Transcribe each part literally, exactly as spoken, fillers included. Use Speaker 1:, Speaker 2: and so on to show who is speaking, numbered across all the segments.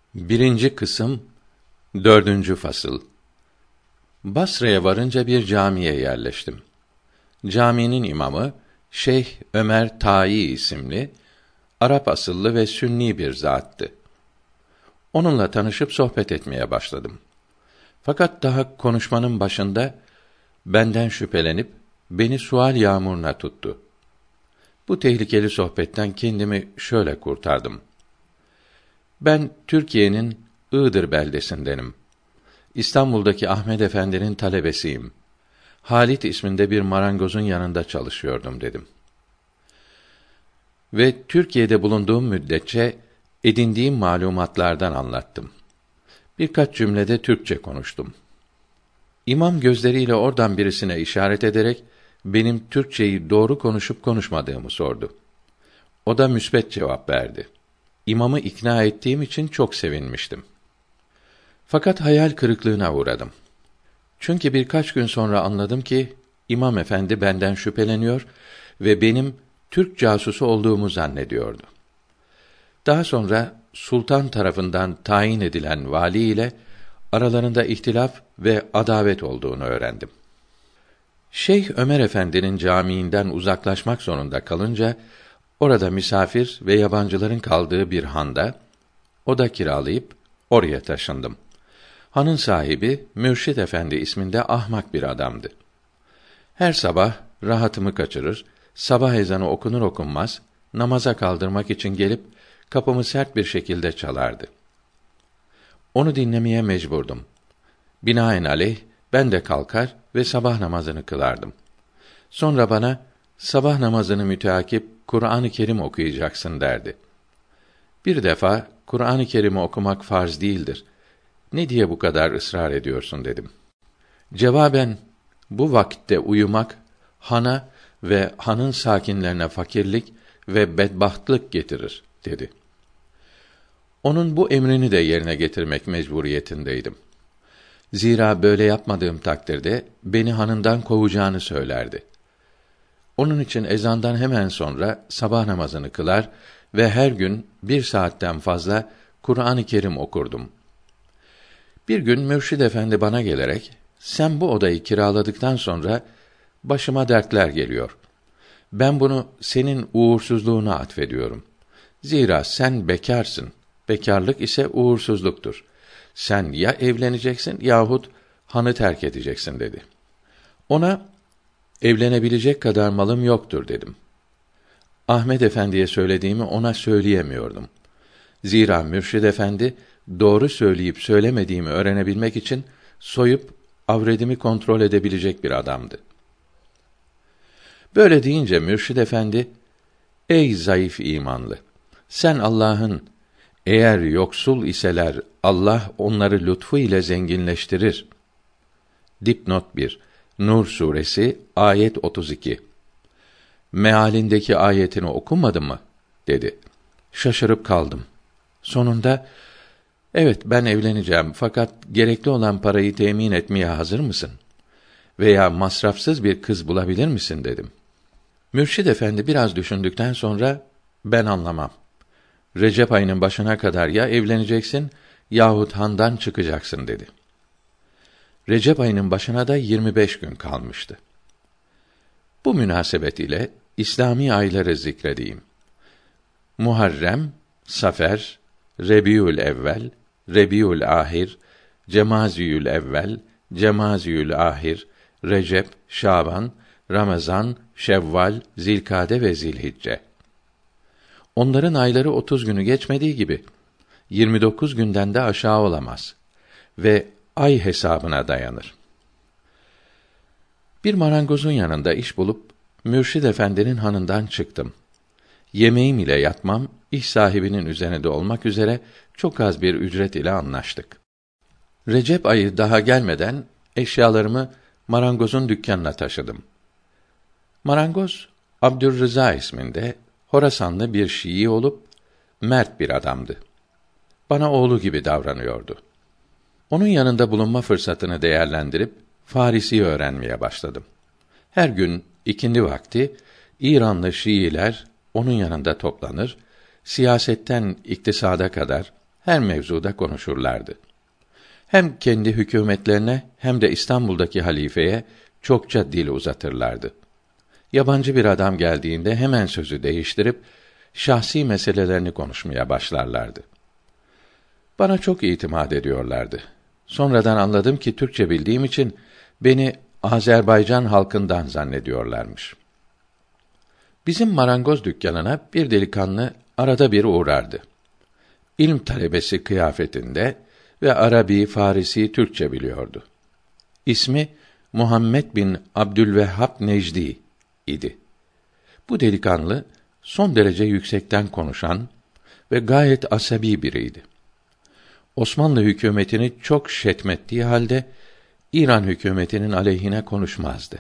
Speaker 1: Birinci kısım, dördüncü fasıl. Basra'ya varınca bir camiye yerleştim. Caminin imamı, Şeyh Ömer Tayi isimli, Arap asıllı ve Sünni bir zattı. Onunla tanışıp sohbet etmeye başladım. Fakat daha konuşmanın başında, benden şüphelenip, beni sual yağmuruna tuttu. Bu tehlikeli sohbetten kendimi şöyle kurtardım. Ben Türkiye'nin Iğdır beldesindenim. İstanbul'daki Ahmed Efendi'nin talebesiyim. Halit isminde bir marangozun yanında çalışıyordum dedim. Ve Türkiye'de bulunduğum müddetçe edindiğim malumatlardan anlattım. Birkaç cümlede Türkçe konuştum. İmam gözleriyle oradan birisine işaret ederek benim Türkçeyi doğru konuşup konuşmadığımı sordu. O da müsbet cevap verdi. İmamı ikna ettiğim için çok sevinmiştim. Fakat hayal kırıklığına uğradım. Çünkü birkaç gün sonra anladım ki İmam Efendi benden şüpheleniyor ve benim Türk casusu olduğumu zannediyordu. Daha sonra sultan tarafından tayin edilen vali ile aralarında ihtilaf ve adavet olduğunu öğrendim. Şeyh Ömer Efendi'nin camiinden uzaklaşmak zorunda kalınca orada misafir ve yabancıların kaldığı bir handa oda kiralayıp oraya taşındım. Hanın sahibi Mürşid Efendi isminde ahmak bir adamdı. Her sabah rahatımı kaçırır, sabah ezanı okunur okunmaz namaza kaldırmak için gelip kapımı sert bir şekilde çalardı. Onu dinlemeye mecburdum. Binaenaleyh ben de kalkar ve sabah namazını kılardım. Sonra bana sabah namazını müteakip Kur'an-ı Kerim okuyacaksın derdi. Bir defa Kur'an-ı Kerim'i okumak farz değildir. Ne diye bu kadar ısrar ediyorsun dedim. Cevaben bu vakitte uyumak hana ve hanın sakinlerine fakirlik ve bedbahtlık getirir dedi. Onun bu emrini de yerine getirmek mecburiyetindeydim. Zira böyle yapmadığım takdirde beni hanından kovacağını söylerdi. Onun için ezandan hemen sonra sabah namazını kılar ve her gün bir saatten fazla Kur'an-ı Kerim okurdum. Bir gün Mürşid Efendi bana gelerek, sen bu odayı kiraladıktan sonra başıma dertler geliyor. Ben bunu senin uğursuzluğuna atfediyorum. Zira sen bekârsın. Bekârlık ise uğursuzluktur. Sen ya evleneceksin yahut hanı terk edeceksin dedi. Ona, evlenebilecek kadar malım yoktur dedim. Ahmed Efendi'ye söylediğimi ona söyleyemiyordum. Zira Mürşid Efendi, doğru söyleyip söylemediğimi öğrenebilmek için soyup avretimi kontrol edebilecek bir adamdı. Böyle deyince Mürşid Efendi, ey zayıf imanlı, sen Allah'ın eğer yoksul iseler Allah onları lütfu ile zenginleştirir. Dipnot bir. Nur suresi ayet otuz iki. Mealindeki ayetini okumadın mı? dedi. Şaşırıp kaldım. Sonunda, evet ben evleneceğim fakat gerekli olan parayı temin etmeye hazır mısın? Veya masrafsız bir kız bulabilir misin dedim. Mürşid Efendi biraz düşündükten sonra, ben anlamam. Recep ayının başına kadar ya evleneceksin yahut handan çıkacaksın dedi. Recep ayının başına da yirmi beş gün kalmıştı. Bu münasebet ile İslami ayları zikredeyim. Muharrem, Safer, Rebiül Evvel, Rebiül Ahir, Cemaziyül Evvel, Cemaziyül Ahir, Recep, Şaban, Ramazan, Şevval, Zilkade ve Zilhicce. Onların ayları otuz günü geçmediği gibi yirmi dokuz günden de aşağı olamaz ve ay hesabına dayanır. Bir marangozun yanında iş bulup Mürşid Efendi'nin hanından çıktım. Yemeğim ile yatmam iş sahibinin üzerinde olmak üzere çok az bir ücret ile anlaştık. Recep ayı daha gelmeden eşyalarımı marangozun dükkanına taşıdım. Marangoz Abdürrıza isminde Horasanlı bir Şii olup mert bir adamdı. Bana oğlu gibi davranıyordu. Onun yanında bulunma fırsatını değerlendirip Farisi öğrenmeye başladım. Her gün ikindi vakti İranlı Şiiler onun yanında toplanır, siyasetten iktisada kadar her mevzuda konuşurlardı. Hem kendi hükümetlerine hem de İstanbul'daki halifeye çokça dil uzatırlardı. Yabancı bir adam geldiğinde hemen sözü değiştirip şahsi meselelerini konuşmaya başlarlardı. Bana çok itimat ediyorlardı. Sonradan anladım ki Türkçe bildiğim için beni Azerbaycan halkından zannediyorlarmış. Bizim marangoz dükkanına bir delikanlı arada bir uğrardı. İlm talebesi kıyafetinde ve Arabi, Farisi, Türkçe biliyordu. İsmi Muhammed bin Abdülvehhab Necdi idi. Bu delikanlı son derece yüksekten konuşan ve gayet asabi biriydi. Osmanlı hükümetini çok şetmettiği halde İran hükümetinin aleyhine konuşmazdı.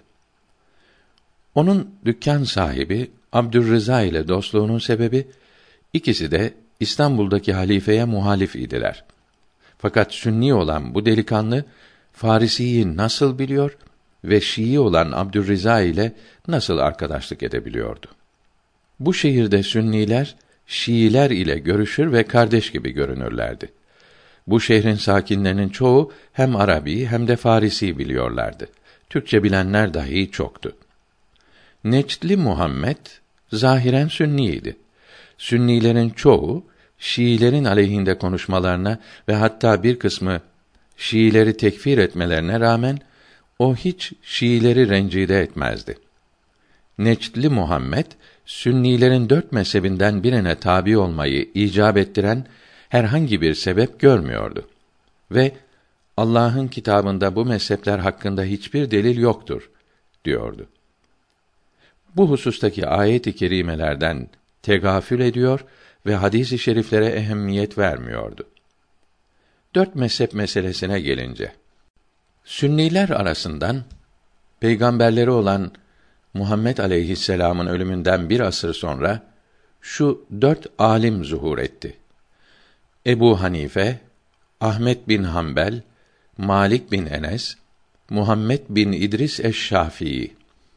Speaker 1: Onun dükkan sahibi Abdurrıza ile dostluğunun sebebi ikisi de İstanbul'daki halifeye muhalif idiler. Fakat Sünni olan bu delikanlı Farisiyi nasıl biliyor ve Şii olan Abdurrıza ile nasıl arkadaşlık edebiliyordu? Bu şehirde Sünniler Şiiler ile görüşür ve kardeş gibi görünürlerdi. Bu şehrin sakinlerinin çoğu hem Arabi hem de Farisi biliyorlardı. Türkçe bilenler dahi çoktu. Necdli Muhammed zahiren Sünniydi. Sünnilerin çoğu Şiilerin aleyhinde konuşmalarına ve hatta bir kısmı Şiileri tekfir etmelerine rağmen o hiç Şiileri rencide etmezdi. Necdli Muhammed Sünnilerin dört mezhebinden birine tabi olmayı icap ettiren herhangi bir sebep görmüyordu ve Allah'ın kitabında bu mezhepler hakkında hiçbir delil yoktur diyordu. Bu husustaki ayet-i kerimelerden tegafül ediyor ve hadis-i şeriflere ehemmiyet vermiyordu. Dört mezhep meselesine gelince, Sünniler arasından peygamberleri olan Muhammed aleyhisselam'ın ölümünden bir asır sonra şu dört alim zuhur etti. Ebu Hanife, Ahmet bin Hanbel, Malik bin Enes, Muhammed bin İdris eş-Şafii.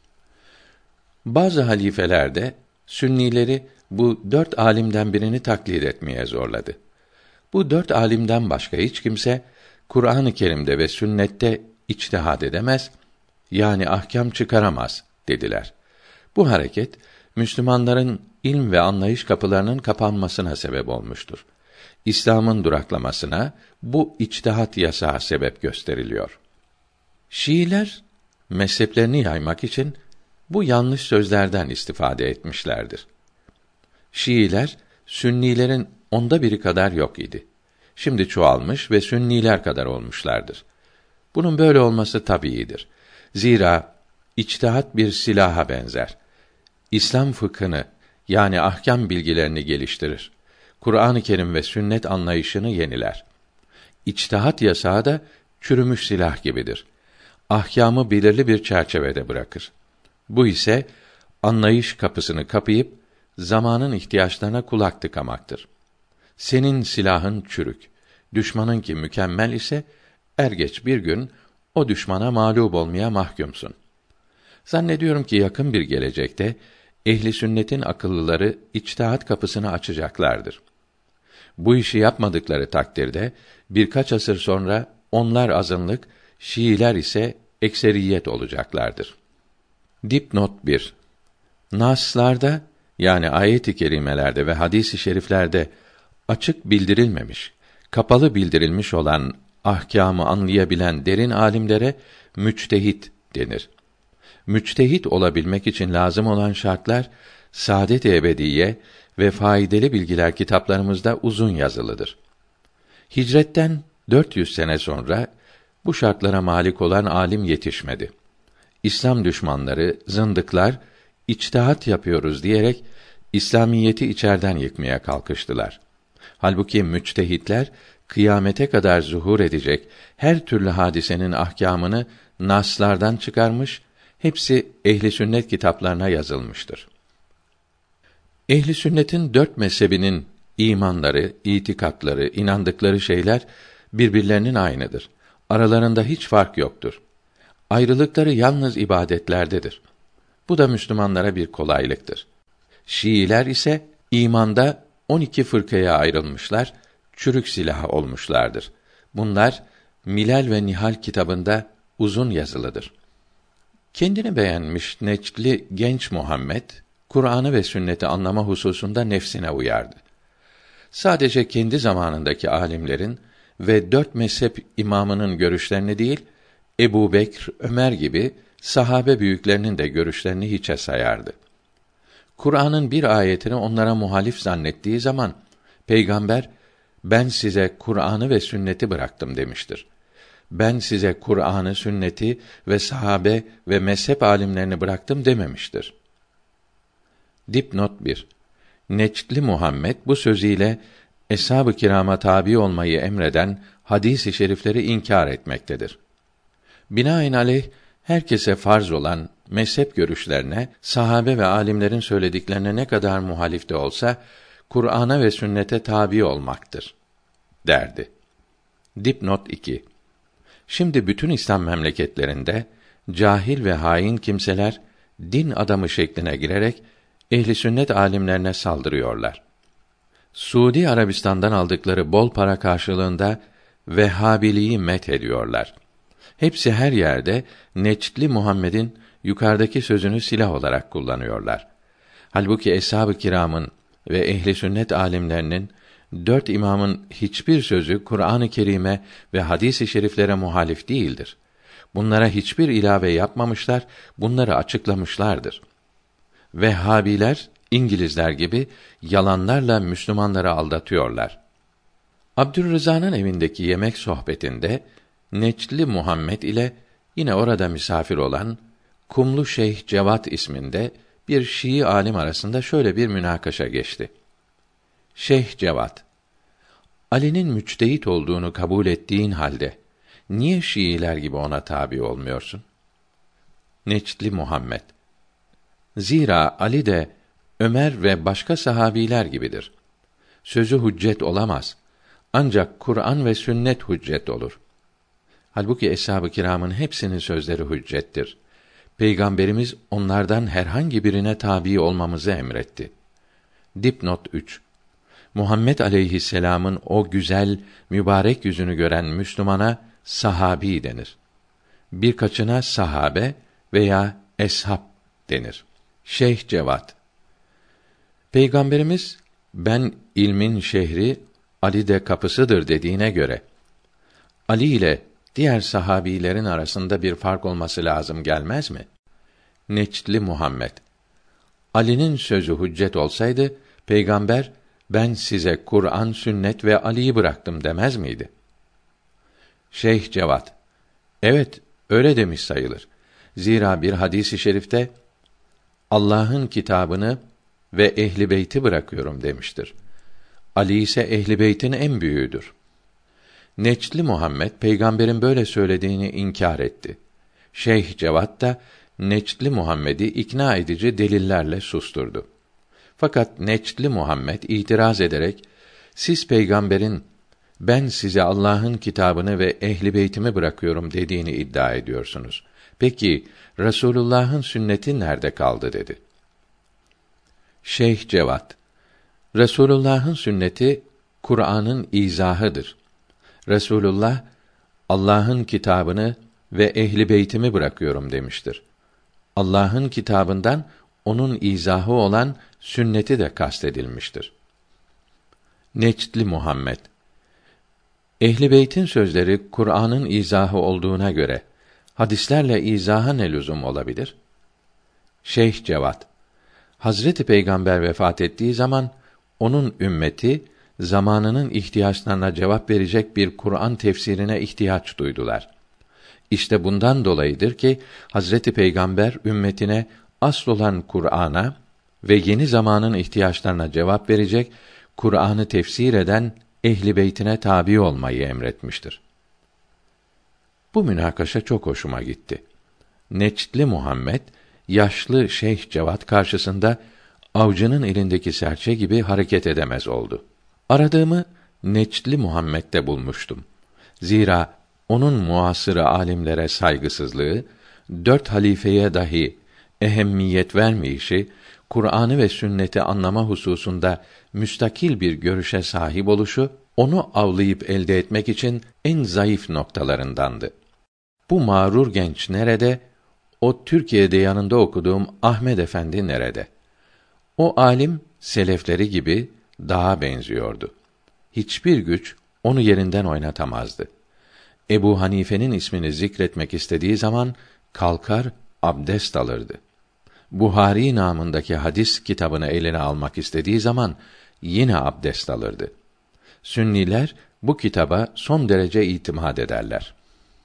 Speaker 1: Bazı halifeler de Sünnileri bu dört alimden birini taklit etmeye zorladı. Bu dört alimden başka hiç kimse Kur'an-ı Kerim'de ve sünnette içtihad edemez, yani ahkam çıkaramaz dediler. Bu hareket Müslümanların ilm ve anlayış kapılarının kapanmasına sebep olmuştur. İslam'ın duraklamasına bu içtihat yasağı sebep gösteriliyor. Şiiler mezheplerini yaymak için bu yanlış sözlerden istifade etmişlerdir. Şiiler Sünnilerin onda biri kadar yok idi. Şimdi çoğalmış ve Sünniler kadar olmuşlardır. Bunun böyle olması tabiidir. Zira içtihat bir silaha benzer. İslam fıkhını yani ahkam bilgilerini geliştirir. Kur'an-ı Kerim ve sünnet anlayışını yeniler. İçtihat yasağı da çürümüş silah gibidir. Ahkamı belirli bir çerçevede bırakır. Bu ise anlayış kapısını kapayıp zamanın ihtiyaçlarına kulak tıkamaktır. Senin silahın çürük, düşmanınki mükemmel ise er geç bir gün o düşmana mağlup olmaya mahkumsun. Zannediyorum ki yakın bir gelecekte ehli sünnetin akıllıları içtihat kapısını açacaklardır. Bu işi yapmadıkları takdirde birkaç asır sonra onlar azınlık, Şiiler ise ekseriyet olacaklardır. Dipnot bir. Naslarda yani ayet-i kerimelerde ve hadis-i şeriflerde açık bildirilmemiş, kapalı bildirilmiş olan ahkâmı anlayabilen derin alimlere müçtehit denir. Müçtehit olabilmek için lazım olan şartlar Saadet-i Ebediyye ve Faydalı Bilgiler kitaplarımızda uzun yazılıdır. Hicretten dört yüz sene sonra bu şartlara malik olan alim yetişmedi. İslam düşmanları, zındıklar içtihat yapıyoruz diyerek İslamiyeti içerden yıkmaya kalkıştılar. Halbuki müçtehitler kıyamete kadar zuhur edecek her türlü hadisenin ahkamını naslardan çıkarmış, hepsi ehli sünnet kitaplarına yazılmıştır. Ehli sünnetin dört mezhebinin imanları, itikatları, inandıkları şeyler birbirlerinin aynıdır. Aralarında hiç fark yoktur. Ayrılıkları yalnız ibadetlerdedir. Bu da Müslümanlara bir kolaylıktır. Şiiler ise imanda on iki fırkaya ayrılmışlar, çürük silahı olmuşlardır. Bunlar Milal ve Nihal kitabında uzun yazılıdır. Kendini beğenmiş neçli genç Muhammed, Kur'an'ı ve sünneti anlama hususunda nefsine uyardı. Sadece kendi zamanındaki alimlerin ve dört mezhep imamının görüşlerini değil, Ebu Bekr, Ömer gibi sahabe büyüklerinin de görüşlerini hiçe sayardı. Kur'an'ın bir ayetini onlara muhalif zannettiği zaman, Peygamber, ben size Kur'an'ı ve sünneti bıraktım demiştir. Ben size Kur'an'ı, sünneti ve sahabe ve mezhep alimlerini bıraktım dememiştir. Dipnot bir. Neçli Muhammed bu sözüyle eshab-ı kirama tabi olmayı emreden hadis-i şerifleri inkar etmektedir. Binaenaleyh herkese farz olan mezhep görüşlerine, sahabe ve alimlerin söylediklerine ne kadar muhalif de olsa Kur'an'a ve sünnete tabi olmaktır derdi. Dipnot iki. Şimdi bütün İslam memleketlerinde cahil ve hain kimseler din adamı şekline girerek ehli sünnet alimlerine saldırıyorlar. Suudi Arabistan'dan aldıkları bol para karşılığında Vehhabiliği met ediyorlar. Hepsi her yerde Neçli Muhammed'in yukarıdaki sözünü silah olarak kullanıyorlar. Halbuki eshab-ı kiramın ve ehli sünnet alimlerinin dört imamın hiçbir sözü Kur'an-ı Kerim'e ve hadis-i şeriflere muhalif değildir. Bunlara hiçbir ilave yapmamışlar, bunları açıklamışlardır. Vehhabiler, İngilizler gibi yalanlarla Müslümanları aldatıyorlar. Abdülrıza'nın evindeki yemek sohbetinde Neçli Muhammed ile yine orada misafir olan Kumlu Şeyh Cevat isminde bir Şii alim arasında şöyle bir münakaşa geçti. Şeyh Cevat, Ali'nin müçtehit olduğunu kabul ettiğin halde niye Şiiler gibi ona tabi olmuyorsun? Neçli Muhammed, zira Ali de Ömer ve başka sahabiler gibidir. Sözü hüccet olamaz. Ancak Kur'an ve sünnet hüccet olur. Halbuki eshab-ı kiramın hepsinin sözleri hüccettir. Peygamberimiz onlardan herhangi birine tabi olmamızı emretti. Dipnot üç. Muhammed aleyhisselam'ın o güzel, mübarek yüzünü gören Müslümana sahabi denir. Birkaçına sahabe veya eshab denir. Şeyh Cevat, Peygamberimiz ben ilmin şehri, Ali de kapısıdır dediğine göre Ali ile diğer sahabilerin arasında bir fark olması lazım gelmez mi? Neçli Muhammed, Ali'nin sözü hüccet olsaydı Peygamber ben size Kur'an, sünnet ve Ali'yi bıraktım demez miydi? Şeyh Cevat, evet öyle demiş sayılır. Zira bir hadis-i şerifte Allah'ın kitabını ve ehli beyti bırakıyorum demiştir. Ali ise ehli beytin en büyüğüdür. Neçli Muhammed peygamberin böyle söylediğini inkar etti. Şeyh Cevat da Neçli Muhammed'i ikna edici delillerle susturdu. Fakat Neçli Muhammed itiraz ederek siz peygamberin ben size Allah'ın kitabını ve ehli beytimi bırakıyorum dediğini iddia ediyorsunuz. Peki Resulullah'ın sünneti nerede kaldı dedi. Şeyh Cevat, Resulullah'ın sünneti Kur'an'ın izahıdır. Resulullah Allah'ın kitabını ve ehli beytimi bırakıyorum demiştir. Allah'ın kitabından onun izahı olan sünneti de kastedilmiştir. Neçli Muhammed, ehli beytin sözleri Kur'an'ın izahı olduğuna göre hadislerle izaha ne lüzum olabilir? Şeyh Cevat, Hazreti Peygamber vefat ettiği zaman onun ümmeti zamanının ihtiyaçlarına cevap verecek bir Kur'an tefsirine ihtiyaç duydular. İşte bundan dolayıdır ki Hazreti Peygamber ümmetine asıl olan Kur'an'a ve yeni zamanın ihtiyaçlarına cevap verecek Kur'an'ı tefsir eden ehli beytine tabi olmayı emretmiştir. Bu münakaşa çok hoşuma gitti. Neçli Muhammed yaşlı Şeyh Cevat karşısında avcının elindeki serçe gibi hareket edemez oldu. Aradığımı Neçli Muhammed'de bulmuştum. Zira onun muasırı alimlere saygısızlığı, dört halifeye dahi ehemmiyet vermeyişi, Kur'an'ı ve sünneti anlama hususunda müstakil bir görüşe sahip oluşu onu avlayıp elde etmek için en zayıf noktalarındandı. Bu mağrur genç nerede? O Türkiye'de yanında okuduğum Ahmed Efendi nerede? O alim selefleri gibi dağa benziyordu. Hiçbir güç onu yerinden oynatamazdı. Ebu Hanife'nin ismini zikretmek istediği zaman kalkar abdest alırdı. Buhari namındaki hadis kitabını eline almak istediği zaman yine abdest alırdı. Sünniler bu kitaba son derece itimat ederler.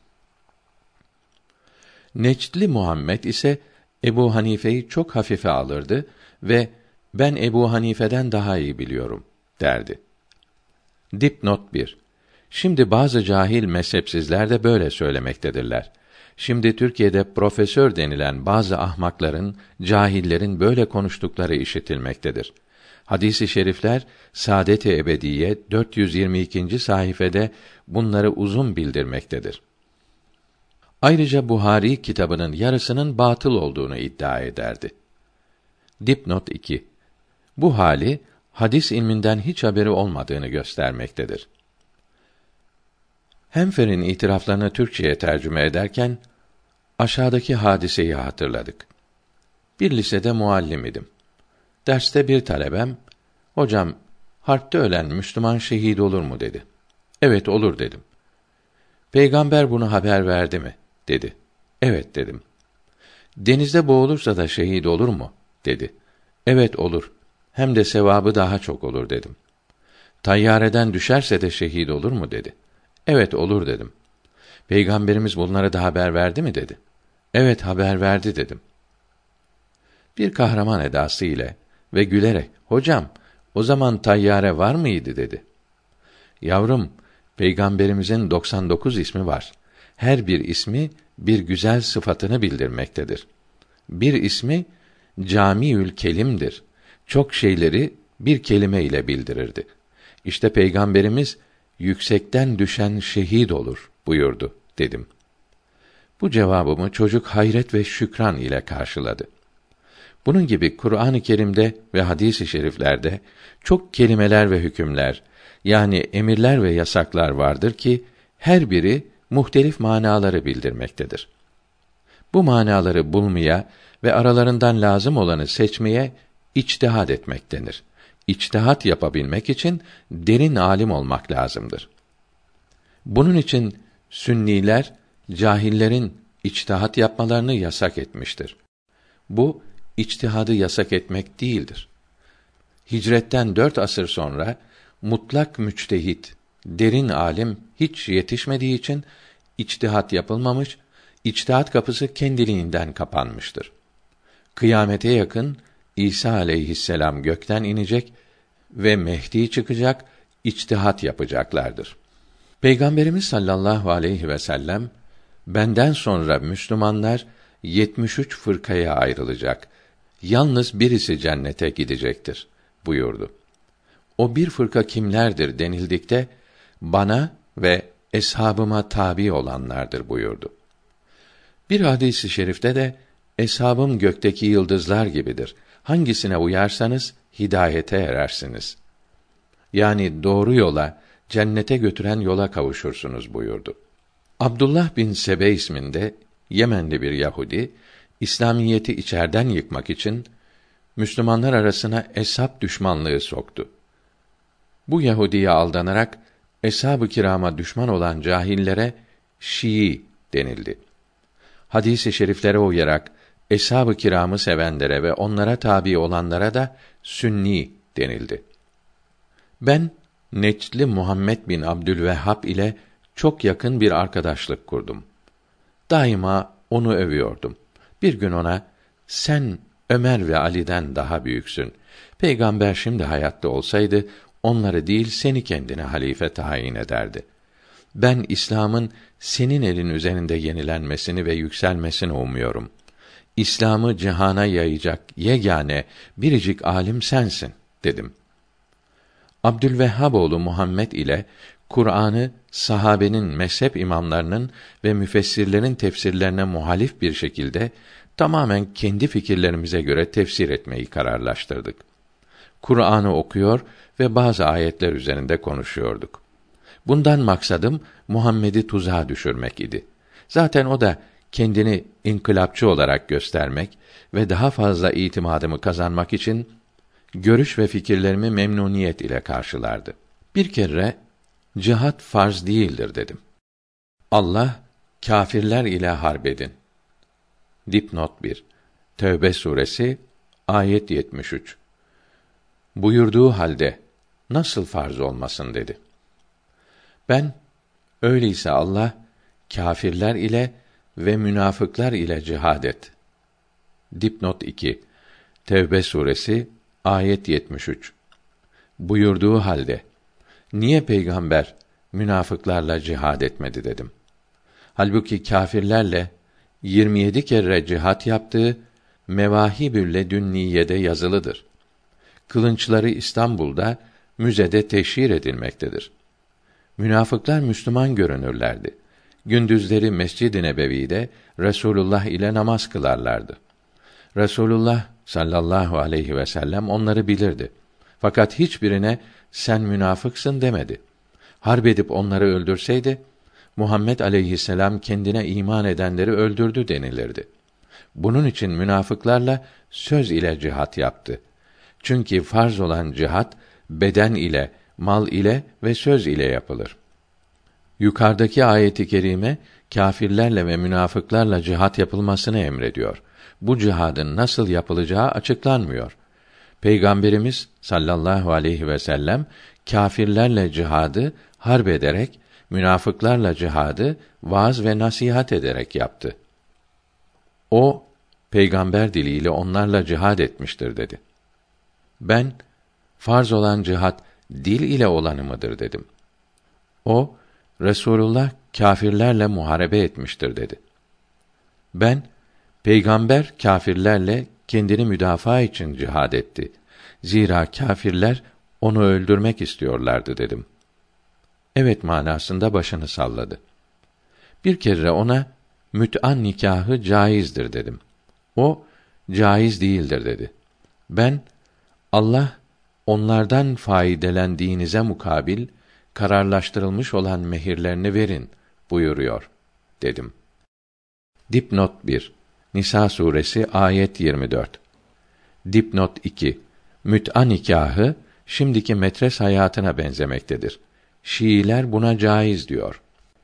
Speaker 1: Neçdli Muhammed ise Ebu Hanife'yi çok hafife alırdı ve ben Ebu Hanife'den daha iyi biliyorum derdi. Dipnot bir. Şimdi bazı cahil mezhepsizler de böyle söylemektedirler. Şimdi Türkiye'de profesör denilen bazı ahmakların, cahillerin böyle konuştukları işitilmektedir. Hadis-i şerifler Saadet-i Ebediye dört yüz yirmi ikinci sayfede bunları uzun bildirmektedir. Ayrıca Buhari kitabının yarısının batıl olduğunu iddia ederdi. Dipnot iki. Bu hali hadis ilminden hiç haberi olmadığını göstermektedir. Hemfer'in itiraflarını Türkçeye tercüme ederken aşağıdaki hadiseyi hatırladık. Bir lisede muallim idim. Derste bir talebem, "Hocam, harpte ölen Müslüman şehit olur mu?" dedi. "Evet, olur." dedim. "Peygamber bunu haber verdi mi?" dedi. "Evet." dedim. "Denizde boğulursa da şehit olur mu?" dedi. "Evet, olur. Hem de sevabı daha çok olur." dedim. "Tayyareden düşerse de şehit olur mu?" dedi. "Evet, olur." dedim. "Peygamberimiz bunları da haber verdi mi?" dedi. "Evet, haber verdi." dedim. Bir kahraman edası ile ve gülerek, "Hocam, o zaman tayyare var mıydı?" dedi. "Yavrum, Peygamberimizin doksan dokuz ismi var. Her bir ismi bir güzel sıfatını bildirmektedir. Bir ismi Câmiül Kelim'dir. Çok şeyleri bir kelime ile bildirirdi. İşte Peygamberimiz yüksekten düşen şehit olur buyurdu." dedim. Bu cevabımı çocuk hayret ve şükran ile karşıladı. Bunun gibi Kur'an-ı Kerim'de ve hadis-i şeriflerde çok kelimeler ve hükümler, yani emirler ve yasaklar vardır ki her biri muhtelif manaları bildirmektedir. Bu manaları bulmaya ve aralarından lazım olanı seçmeye içtihad etmek denir. İçtihat yapabilmek için derin alim olmak lazımdır. Bunun için Sünniler cahillerin içtihat yapmalarını yasak etmiştir. Bu içtihadı yasak etmek değildir. Hicretten dört asır sonra mutlak müçtehit, derin alim hiç yetişmediği için içtihat yapılmamış, içtihat kapısı kendiliğinden kapanmıştır. Kıyamete yakın İsa aleyhisselam gökten inecek ve Mehdi çıkacak, içtihat yapacaklardır. Peygamberimiz sallallahu aleyhi ve sellem, "Benden sonra Müslümanlar yetmiş üç fırkaya ayrılacak. Yalnız birisi cennete gidecektir." buyurdu. O bir fırka kimlerdir denildikte, "Bana ve eshabıma tabi olanlardır." buyurdu. Bir hadis-i şerifte de, "Eshabım gökteki yıldızlar gibidir. Hangisine uyarsanız hidayete erersiniz." Yani doğru yola, cennete götüren yola kavuşursunuz buyurdu. Abdullah bin Sebe isminde Yemenli bir Yahudi, İslamiyeti içerden yıkmak için Müslümanlar arasına eshab düşmanlığı soktu. Bu Yahudiye aldanarak eshab-ı kirama düşman olan cahillere Şii denildi. Hadis-i şeriflere uyarak eshab-ı kiramı sevenlere ve onlara tabi olanlara da Sünni denildi. Ben Neçdli Muhammed bin Abdülvehhab ile çok yakın bir arkadaşlık kurdum. Daima onu övüyordum. Bir gün ona, "Sen Ömer ve Ali'den daha büyüksün. Peygamber şimdi hayatta olsaydı onları değil seni kendine halife tayin ederdi. Ben İslam'ın senin elin üzerinde yenilenmesini ve yükselmesini umuyorum. İslam'ı cihana yayacak yegane biricik alim sensin." dedim. Abdülvehhab oğlu Muhammed ile Kur'an'ı sahabenin mezhep imamlarının ve müfessirlerin tefsirlerine muhalif bir şekilde tamamen kendi fikirlerimize göre tefsir etmeyi kararlaştırdık. Kur'an'ı okuyor ve bazı ayetler üzerinde konuşuyorduk. Bundan maksadım Muhammed'i tuzağa düşürmek idi. Zaten o da kendini inkılapçı olarak göstermek ve daha fazla itimadımı kazanmak için görüş ve fikirlerimi memnuniyet ile karşılardı. Bir kere cihat farz değildir dedim. Allah kâfirler ile harbedin. Dipnot bir. Tevbe suresi ayet yetmiş üç. Buyurduğu halde nasıl farz olmasın dedi. Ben öyleyse Allah kâfirler ile ve münafıklar ile cihad et. Dipnot iki. Tevbe suresi ayet yetmiş üç. Buyurduğu halde niye peygamber münafıklarla cihad etmedi dedim. Halbuki kâfirlerle yirmi yedi kere cihat yaptığı Mevâhibül Ledünniye'de yazılıdır. Kılınçları İstanbul'da müzede teşhir edilmektedir. Münafıklar Müslüman görünürlerdi. Gündüzleri Mescid-i Nebevi'de Resulullah ile namaz kılarlardı. Resulullah sallallahu aleyhi ve sellem onları bilirdi. Fakat hiçbirine sen münafıksın demedi. Harp edip onları öldürseydi, Muhammed aleyhisselam kendine iman edenleri öldürdü denilirdi. Bunun için münafıklarla söz ile cihat yaptı. Çünkü farz olan cihat, beden ile, mal ile ve söz ile yapılır. Yukarıdaki ayet-i kerime, kâfirlerle ve münafıklarla cihat yapılmasını emrediyor. Bu cihadın nasıl yapılacağı açıklanmıyor. Peygamberimiz sallallahu aleyhi ve sellem kâfirlerle cihadı harp ederek, münafıklarla cihadı vaaz ve nasihat ederek yaptı. O peygamber diliyle onlarla cihad etmiştir dedi. Ben farz olan cihat dil ile olanı mıdır dedim. O Resulullah kâfirlerle muharebe etmiştir dedi. Ben peygamber kâfirlerle kendini müdafaa için cihad etti. Zira kâfirler onu öldürmek istiyorlardı dedim. Evet manasında başını salladı. Bir kere ona müt'an nikahı caizdir dedim. O caiz değildir dedi. Ben Allah onlardan faydelendiğinize mukabil kararlaştırılmış olan mehirlerini verin buyuruyor dedim. Dipnot bir. Nisa suresi ayet yirmi dört. Dipnot iki. Müt'a nikahı şimdiki metres hayatına benzemektedir. Şiiler buna caiz diyor.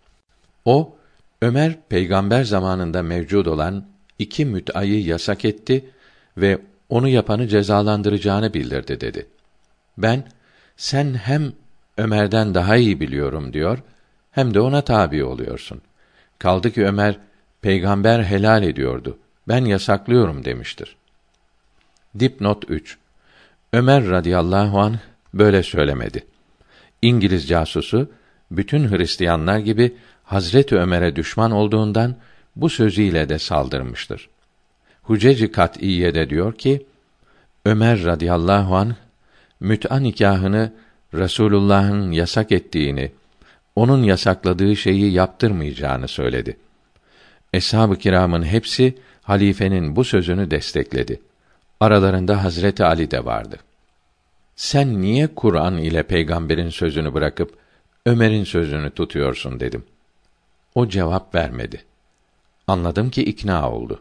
Speaker 1: O Ömer peygamber zamanında mevcud olan iki müt'ayı yasak etti ve onu yapanı cezalandıracağını bildirdi dedi. Ben sen hem Ömer'den daha iyi biliyorum diyor, hem de ona tabi oluyorsun. Kaldı ki Ömer peygamber helal ediyordu. Ben yasaklıyorum demiştir. Dipnot üç. Ömer radıyallahu anh böyle söylemedi. İngiliz casusu bütün Hristiyanlar gibi Hazreti Ömer'e düşman olduğundan bu sözüyle de saldırmıştır. Hucec-i Kat'îye'de diyor ki, Ömer radıyallahu anh müt'a nikahını Resulullah'ın yasak ettiğini, onun yasakladığı şeyi yaptırmayacağını söyledi. Eshab-ı kiramın hepsi halifenin bu sözünü destekledi. Aralarında Hazreti Ali de vardı. Sen niye Kur'an ile peygamberin sözünü bırakıp Ömer'in sözünü tutuyorsun dedim. O cevap vermedi. Anladım ki ikna oldu.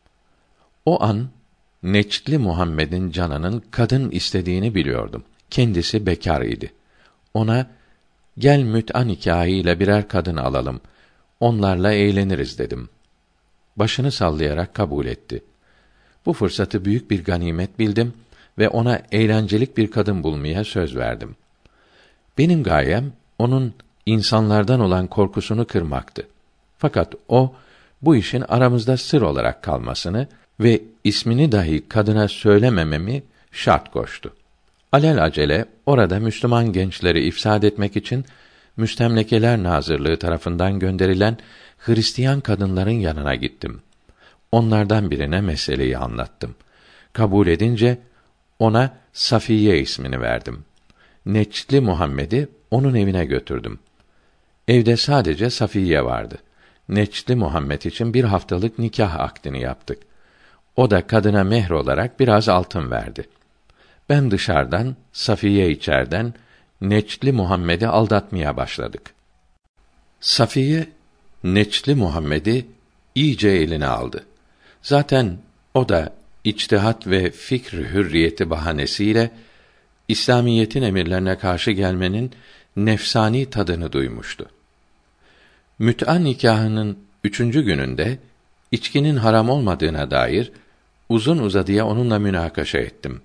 Speaker 1: O an Neçli Muhammed'in canının kadın istediğini biliyordum. Kendisi bekar idi. Ona gel müt'a nikâhıyla birer kadın alalım. Onlarla eğleniriz dedim. Başını sallayarak kabul etti. Bu fırsatı büyük bir ganimet bildim ve ona eğlencelik bir kadın bulmaya söz verdim. Benim gayem onun insanlardan olan korkusunu kırmaktı. Fakat o bu işin aramızda sır olarak kalmasını ve ismini dahi kadına söylemememi şart koştu. Alelacele orada Müslüman gençleri ifsad etmek için Müstemlekeler Nazırlığı tarafından gönderilen Hristiyan kadınların yanına gittim. Onlardan birine meseleyi anlattım. Kabul edince ona Safiye ismini verdim. Neçli Muhammed'i onun evine götürdüm. Evde sadece Safiye vardı. Neçli Muhammed için bir haftalık nikah akdini yaptık. O da kadına mehr olarak biraz altın verdi. Ben dışarıdan, Safiye içeriden, Neçli Muhammed'i aldatmaya başladık. Safiye, Neçli Muhammed'i iyice eline aldı. Zaten o da içtihat ve fikr hürriyeti bahanesiyle İslamiyetin emirlerine karşı gelmenin nefsani tadını duymuştu. Müt'a nikahının üçüncü gününde içkinin haram olmadığına dair uzun uzadıya onunla münakaşa ettim.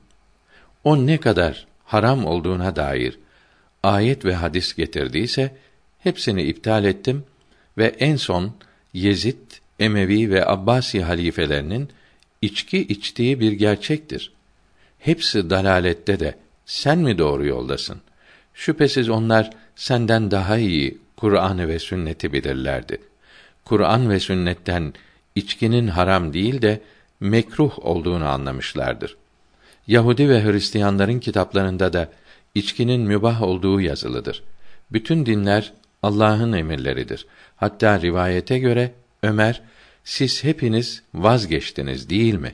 Speaker 1: O ne kadar haram olduğuna dair ayet ve hadis getirdiyse hepsini iptal ettim ve en son Yezid, Emevi ve Abbasi halifelerinin içki içtiği bir gerçektir. Hepsi dalalette de sen mi doğru yoldasın? Şüphesiz onlar senden daha iyi Kur'an'ı ve sünneti bilirlerdi. Kur'an ve sünnetten içkinin haram değil de mekruh olduğunu anlamışlardır. Yahudi ve Hristiyanların kitaplarında da içkinin mübah olduğu yazılıdır. Bütün dinler Allah'ın emirleridir. Hatta rivayete göre Ömer, siz hepiniz vazgeçtiniz değil mi?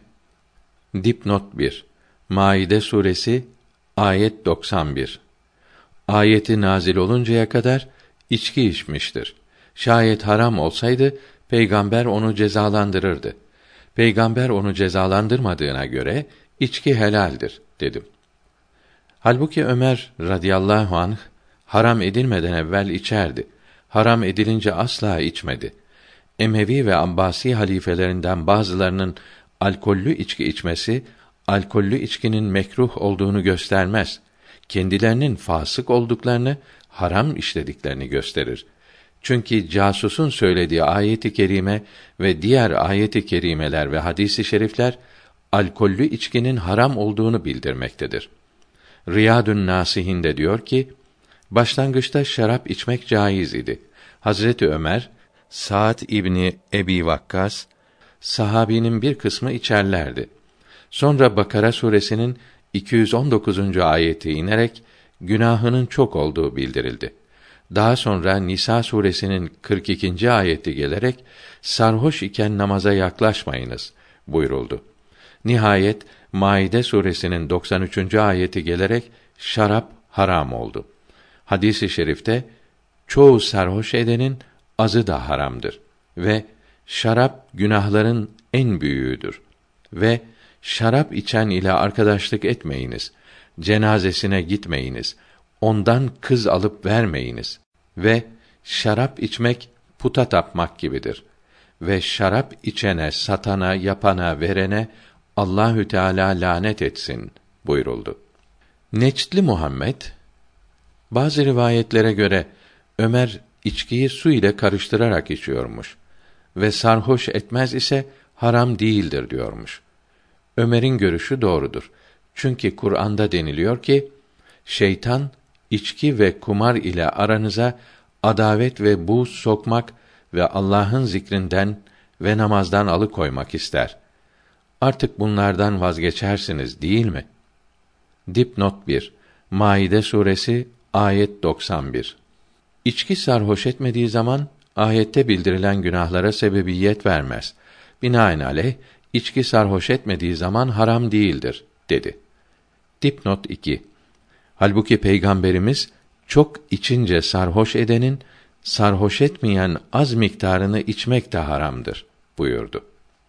Speaker 1: Dipnot bir. Maide suresi ayet doksan bir. Ayeti nazil oluncaya kadar içki içmiştir. Şayet haram olsaydı peygamber onu cezalandırırdı. Peygamber onu cezalandırmadığına göre içki helaldir dedim. Halbuki Ömer radıyallahu anh haram edilmeden evvel içerdi. Haram edilince asla içmedi. Emevi ve Abbasi halifelerinden bazılarının alkollü içki içmesi, alkollü içkinin mekruh olduğunu göstermez. Kendilerinin fasık olduklarını, haram işlediklerini gösterir. Çünkü casusun söylediği ayet-i kerime ve diğer ayet-i kerimeler ve hadis-i şerifler alkollü içkinin haram olduğunu bildirmektedir. Riyadun Nasihin de diyor ki, başlangıçta şarap içmek caiz idi. Hazreti Ömer, Sa'd İbni Ebi Vakkas, sahabinin bir kısmı içerlerdi. Sonra Bakara suresinin iki yüz on dokuzuncu ayeti inerek günahının çok olduğu bildirildi. Daha sonra Nisa suresinin kırk ikinci ayeti gelerek sarhoş iken namaza yaklaşmayınız buyuruldu. Nihayet Maide suresinin doksan üçüncü ayeti gelerek şarap haram oldu. Hadis-i şerifte çoğu sarhoş edenin azı da haramdır ve şarap günahların en büyüğüdür ve şarap içen ile arkadaşlık etmeyiniz, cenazesine gitmeyiniz, ondan kız alıp vermeyiniz ve şarap içmek puta tapmak gibidir ve şarap içene, satana, yapana, verene Allahü Teala lanet etsin buyuruldu. Neçli Muhammed, bazı rivayetlere göre Ömer içkiyi su ile karıştırarak içiyormuş ve sarhoş etmez ise haram değildir diyormuş. Ömer'in görüşü doğrudur. Çünkü Kur'an'da deniliyor ki, şeytan içki ve kumar ile aranıza adavet ve buğz sokmak ve Allah'ın zikrinden ve namazdan alıkoymak ister. Artık bunlardan vazgeçersiniz değil mi? Dipnot bir. Maide suresi ayet doksan bir. İçki sarhoş etmediği zaman ayette bildirilen günahlara sebebiyet vermez. Binaenaleyh içki sarhoş etmediği zaman haram değildir dedi. Dipnot iki. Halbuki Peygamberimiz çok içince sarhoş edenin sarhoş etmeyen az miktarını içmek de haramdır buyurdu.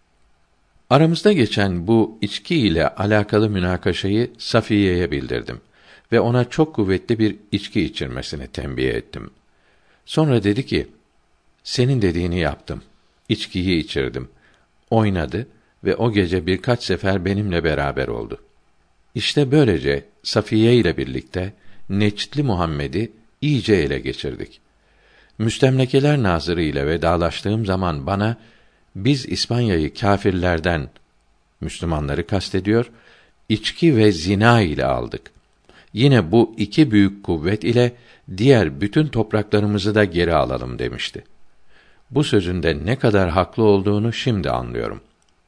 Speaker 1: Aramızda geçen bu içki ile alakalı münakaşayı Safiye'ye bildirdim ve ona çok kuvvetli bir içki içirmesini tembih ettim. Sonra dedi ki, senin dediğini yaptım. İçkiyi içirdim. Oynadı ve o gece birkaç sefer benimle beraber oldu. İşte böylece Safiye ile birlikte Neçli Muhammed'i iyice ele geçirdik. Müstemlekeler nazırı ile vedalaştığım zaman bana, biz İspanya'yı kâfirlerden, Müslümanları kastediyor, içki ve zina ile aldık. Yine bu iki büyük kuvvet ile diğer bütün topraklarımızı da geri alalım demişti. Bu sözünde ne kadar haklı olduğunu şimdi anlıyorum.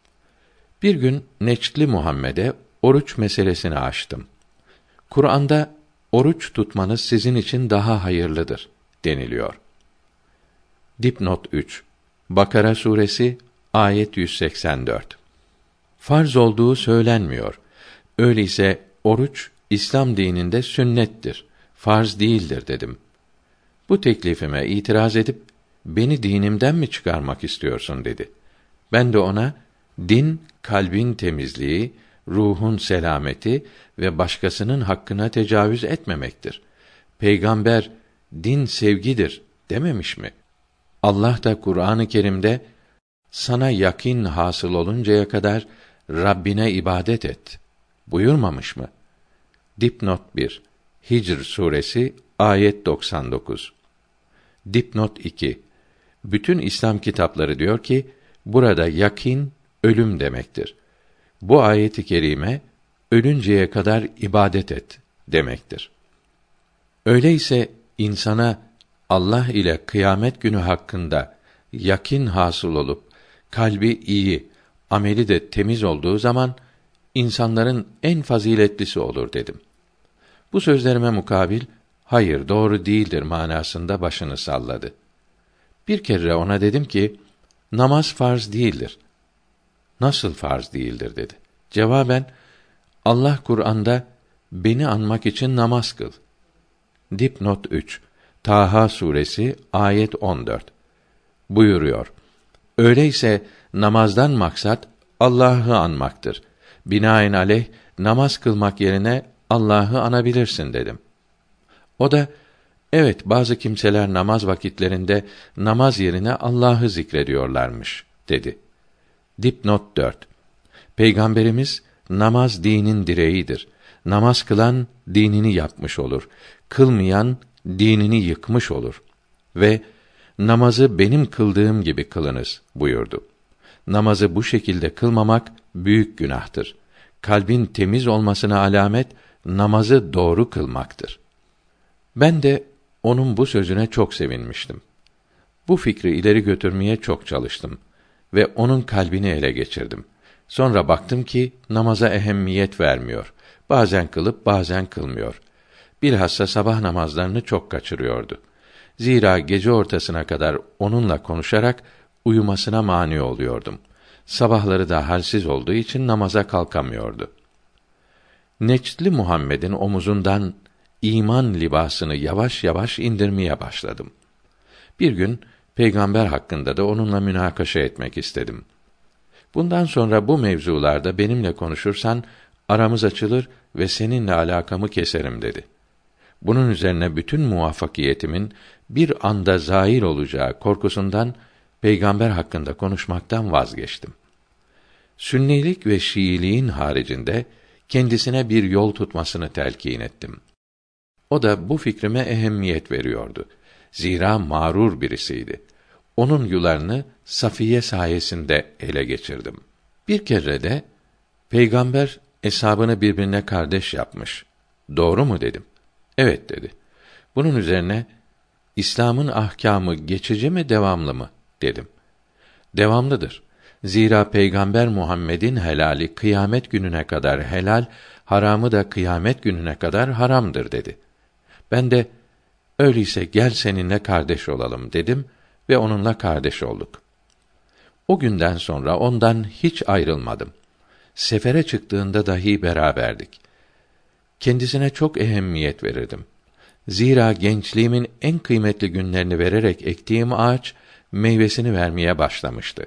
Speaker 1: Bir gün Neçli Muhammed'e oruç meselesini açtım. Kur'an'da oruç tutmanız sizin için daha hayırlıdır deniliyor. Dipnot üç. Bakara suresi ayet yüz seksen dört. Farz olduğu söylenmiyor. Öyleyse oruç İslam dininde sünnettir, farz değildir dedim. Bu teklifime itiraz edip beni dinimden mi çıkarmak istiyorsun dedi. Ben de ona din kalbin temizliği, ruhun selameti ve başkasının hakkına tecavüz etmemektir. Peygamber din sevgidir dememiş mi? Allah da Kur'an-ı Kerim'de sana yakin hasıl oluncaya kadar Rabbine ibadet et buyurmamış mı? Dipnot bir. Hicr suresi ayet doksan dokuz. Dipnot iki. Bütün İslam kitapları diyor ki burada yakin ölüm demektir. Bu ayet-i kerime ölünceye kadar ibadet et demektir. Öyleyse insana Allah ile kıyamet günü hakkında yakin hasıl olup kalbi iyi, ameli de temiz olduğu zaman insanların en faziletlisi olur dedim. Bu sözlerime mukabil hayır doğru değildir manasında başını salladı. Bir kere ona dedim ki namaz farz değildir. Nasıl farz değildir dedi. Cevaben Allah Kur'an'da beni anmak için namaz kıl. Dipnot üç. Taha suresi ayet on dört. Buyuruyor. Öyleyse namazdan maksat Allah'ı anmaktır. Binaenaleyh namaz kılmak yerine Allah'ı anabilirsin dedim. O da evet bazı kimseler namaz vakitlerinde namaz yerine Allah'ı zikrediyorlarmış dedi. Dipnot dört. Peygamberimiz namaz dinin direğidir. Namaz kılan dinini yapmış olur. Kılmayan dinini yıkmış olur. Ve namazı benim kıldığım gibi kılınız buyurdu. Namazı bu şekilde kılmamak büyük günahtır. Kalbin temiz olmasına alamet namazı doğru kılmaktır. Ben de onun bu sözüne çok sevinmiştim. Bu fikri ileri götürmeye çok çalıştım ve onun kalbini ele geçirdim. Sonra baktım ki namaza ehemmiyet vermiyor. Bazen kılıp bazen kılmıyor. Bilhassa sabah namazlarını çok kaçırıyordu. Zira gece ortasına kadar onunla konuşarak uyumasına mani oluyordum. Sabahları da halsiz olduğu için namaza kalkamıyordu. Neçli Muhammed'in omuzundan iman libasını yavaş yavaş indirmeye başladım. Bir gün peygamber hakkında da onunla münakaşa etmek istedim. Bundan sonra bu mevzularda benimle konuşursan aramız açılır ve seninle alakamı keserim dedi. Bunun üzerine bütün muvaffakiyetimin bir anda zail olacağı korkusundan peygamber hakkında konuşmaktan vazgeçtim. Sünnilik ve Şiiliğin haricinde kendisine bir yol tutmasını telkin ettim. O da bu fikrime ehemmiyet veriyordu. Zira mağrur birisiydi. Onun yularını Safiye sayesinde ele geçirdim. Bir kere de peygamber eshabını birbirine kardeş yapmış. Doğru mu dedim. Evet dedi. Bunun üzerine İslam'ın ahkâmı geçici mi devamlı mı dedim. Devamlıdır. Zira Peygamber Muhammed'in helali kıyamet gününe kadar helal, haramı da kıyamet gününe kadar haramdır dedi. Ben de öyleyse gel seninle kardeş olalım dedim ve onunla kardeş olduk. O günden sonra ondan hiç ayrılmadım. Sefere çıktığında dahi beraberdik. Kendisine çok ehemmiyet verirdim. Zira gençliğimin en kıymetli günlerini vererek ektiğim ağaç meyvesini vermeye başlamıştı.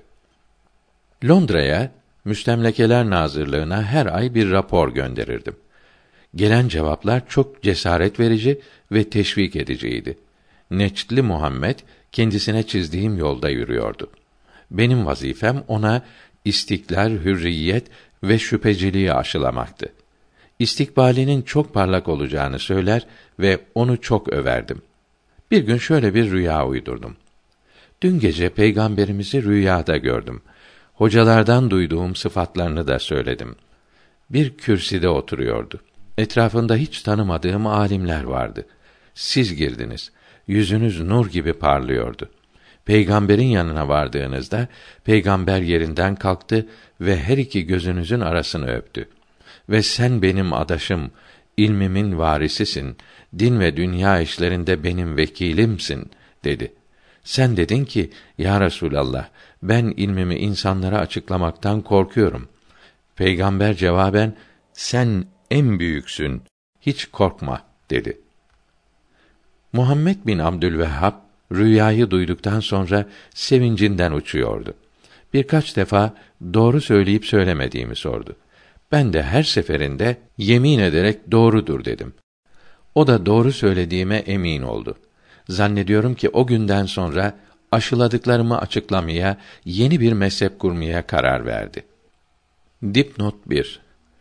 Speaker 1: Londra'ya Müstemlekeler Nazırlığına her ay bir rapor gönderirdim. Gelen cevaplar çok cesaret verici ve teşvik ediciydi. Neçli Muhammed kendisine çizdiğim yolda yürüyordu. Benim vazifem ona istiklal, hürriyet ve şüpheciliği aşılamaktı. İstikbalinin çok parlak olacağını söyler ve onu çok överdim. Bir gün şöyle bir rüya uydurdum. Dün gece peygamberimizi rüyada gördüm. Hocalardan duyduğum sıfatlarını da söyledim. Bir kürsüde oturuyordu. Etrafında hiç tanımadığım alimler vardı. Siz girdiniz. Yüzünüz nur gibi parlıyordu. Peygamberin yanına vardığınızda peygamber yerinden kalktı ve her iki gözünüzün arasını öptü. Ve sen benim adaşım, ilmimin varisisin, din ve dünya işlerinde benim vekilimsin dedi. Sen dedin ki, ya Resûlallah, ben ilmimi insanlara açıklamaktan korkuyorum. Peygamber cevaben, sen en büyüksün, hiç korkma dedi. Muhammed bin Abdülvehhab rüyayı duyduktan sonra sevincinden uçuyordu. Birkaç defa doğru söyleyip söylemediğimi sordu. Ben de her seferinde yemin ederek doğrudur dedim. O da doğru söylediğime emin oldu. Zannediyorum ki o günden sonra aşıladıklarımı açıklamaya, yeni bir mezhep kurmaya karar verdi. Dipnot bir.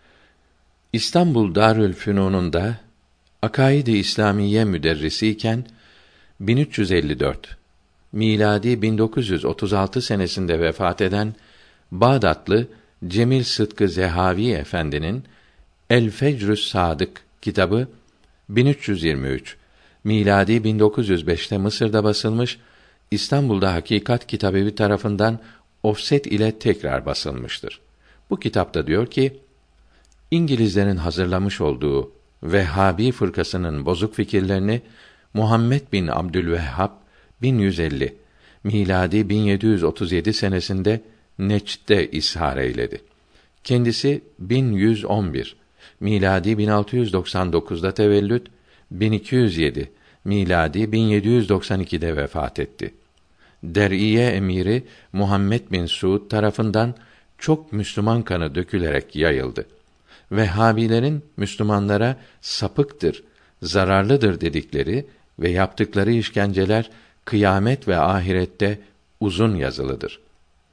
Speaker 1: İstanbul Darülfünun'unda Akaid-i İslamiye müderrisiyken bin üç yüz elli dört miladi bin dokuz yüz otuz altı senesinde vefat eden Bağdatlı Cemil Sıtkı Zehavi Efendi'nin El Fecrü's Sadık kitabı bin üç yüz yirmi üç miladi bin dokuz yüz beşte Mısır'da basılmış, İstanbul'da Hakikat Kitabevi tarafından ofset ile tekrar basılmıştır. Bu kitapta diyor ki, İngilizlerin hazırlamış olduğu Vehhabi fırkasının bozuk fikirlerini Muhammed bin Abdülvehhab bin yüz elli miladi bin yedi yüz otuz yedi senesinde Neç'te ishar eyledi. Kendisi bin yüz on bir miladi bin altı yüz doksan dokuzda tevellüt, bin iki yüz yedi miladi bin yedi yüz doksan ikide vefat etti. Der'iye emiri Muhammed bin Suud tarafından çok Müslüman kanı dökülerek yayıldı. Vehhabilerin Müslümanlara sapıktır, zararlıdır dedikleri ve yaptıkları işkenceler kıyamet ve ahirette uzun yazılıdır.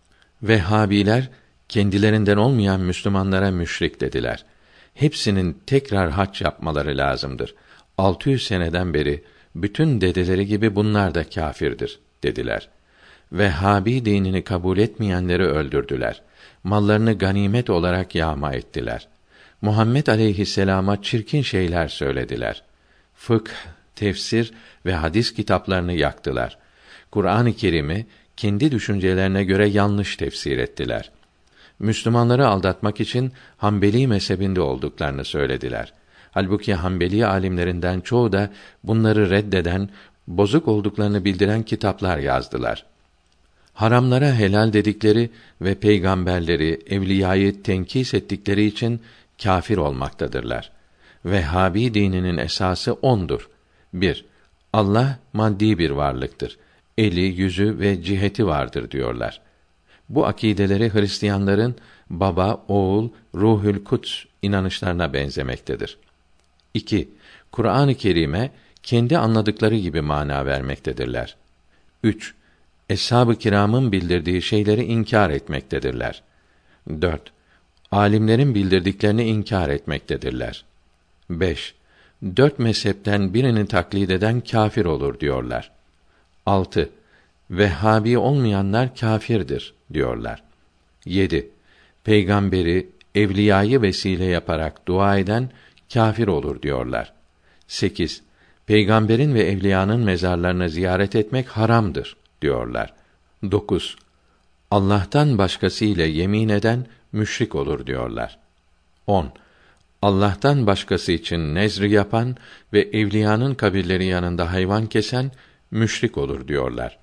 Speaker 1: Vehhabiler kendilerinden olmayan Müslümanlara müşrik dediler. Hepsinin tekrar hac yapmaları lazımdır. altı yüz seneden beri bütün dedeleri gibi bunlar da kâfirdir dediler. Vehhabi dinini kabul etmeyenleri öldürdüler. Mallarını ganimet olarak yağma ettiler. Muhammed aleyhisselama çirkin şeyler söylediler. Fıkh, tefsir ve hadis kitaplarını yaktılar. Kur'an-ı Kerim'i kendi düşüncelerine göre yanlış tefsir ettiler. Müslümanları aldatmak için Hanbeli mezhebinde olduklarını söylediler. Halbuki Hanbeli alimlerinden çoğu da bunları reddeden, bozuk olduklarını bildiren kitaplar yazdılar. Haramlara helal dedikleri ve peygamberleri, evliyayı tenkis ettikleri için kâfir olmaktadırlar. Vehhabi dininin esası ondur. bir. Allah maddi bir varlıktır. Eli, yüzü ve ciheti vardır diyorlar. Bu akideleri Hristiyanların Baba, Oğul, Ruhül Kuds inanışlarına benzemektedir. iki. Kur'an-ı Kerim'e kendi anladıkları gibi mana vermektedirler. üç. Eshab-ı kiramın bildirdiği şeyleri inkar etmektedirler. dört. Alimlerin bildirdiklerini inkar etmektedirler. beş. Dört mezhepten birini taklit eden kâfir olur diyorlar. altı. Vehhabi olmayanlar kâfirdir diyorlar. yedi. Peygamberi, evliyayı vesile yaparak dua eden kâfir olur diyorlar. sekiz. Peygamberin ve evliyanın mezarlarını ziyaret etmek haramdır diyorlar. dokuz. Allah'tan başkası ile yemin eden müşrik olur diyorlar. on. Allah'tan başkası için nezr yapan ve evliyanın kabirleri yanında hayvan kesen müşrik olur diyorlar.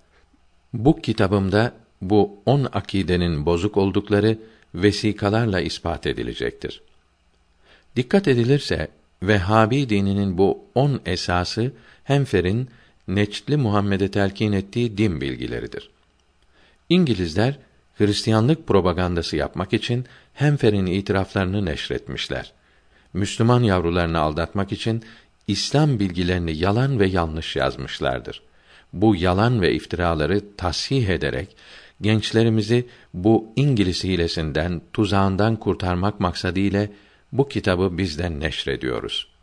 Speaker 1: Bu kitabımda bu on akidenin bozuk oldukları vesikalarla ispat edilecektir. Dikkat edilirse Vehhabi dininin bu on esası Henfer'in Neçdli Muhammed'e telkin ettiği din bilgileridir. İngilizler Hristiyanlık propagandası yapmak için Henfer'in itiraflarını neşretmişler. Müslüman yavrularını aldatmak için İslam bilgilerini yalan ve yanlış yazmışlardır. Bu yalan ve iftiraları tasih ederek gençlerimizi bu İngiliz hilesinden, tuzağından kurtarmak maksadıyla bu kitabı bizden neşrediyoruz.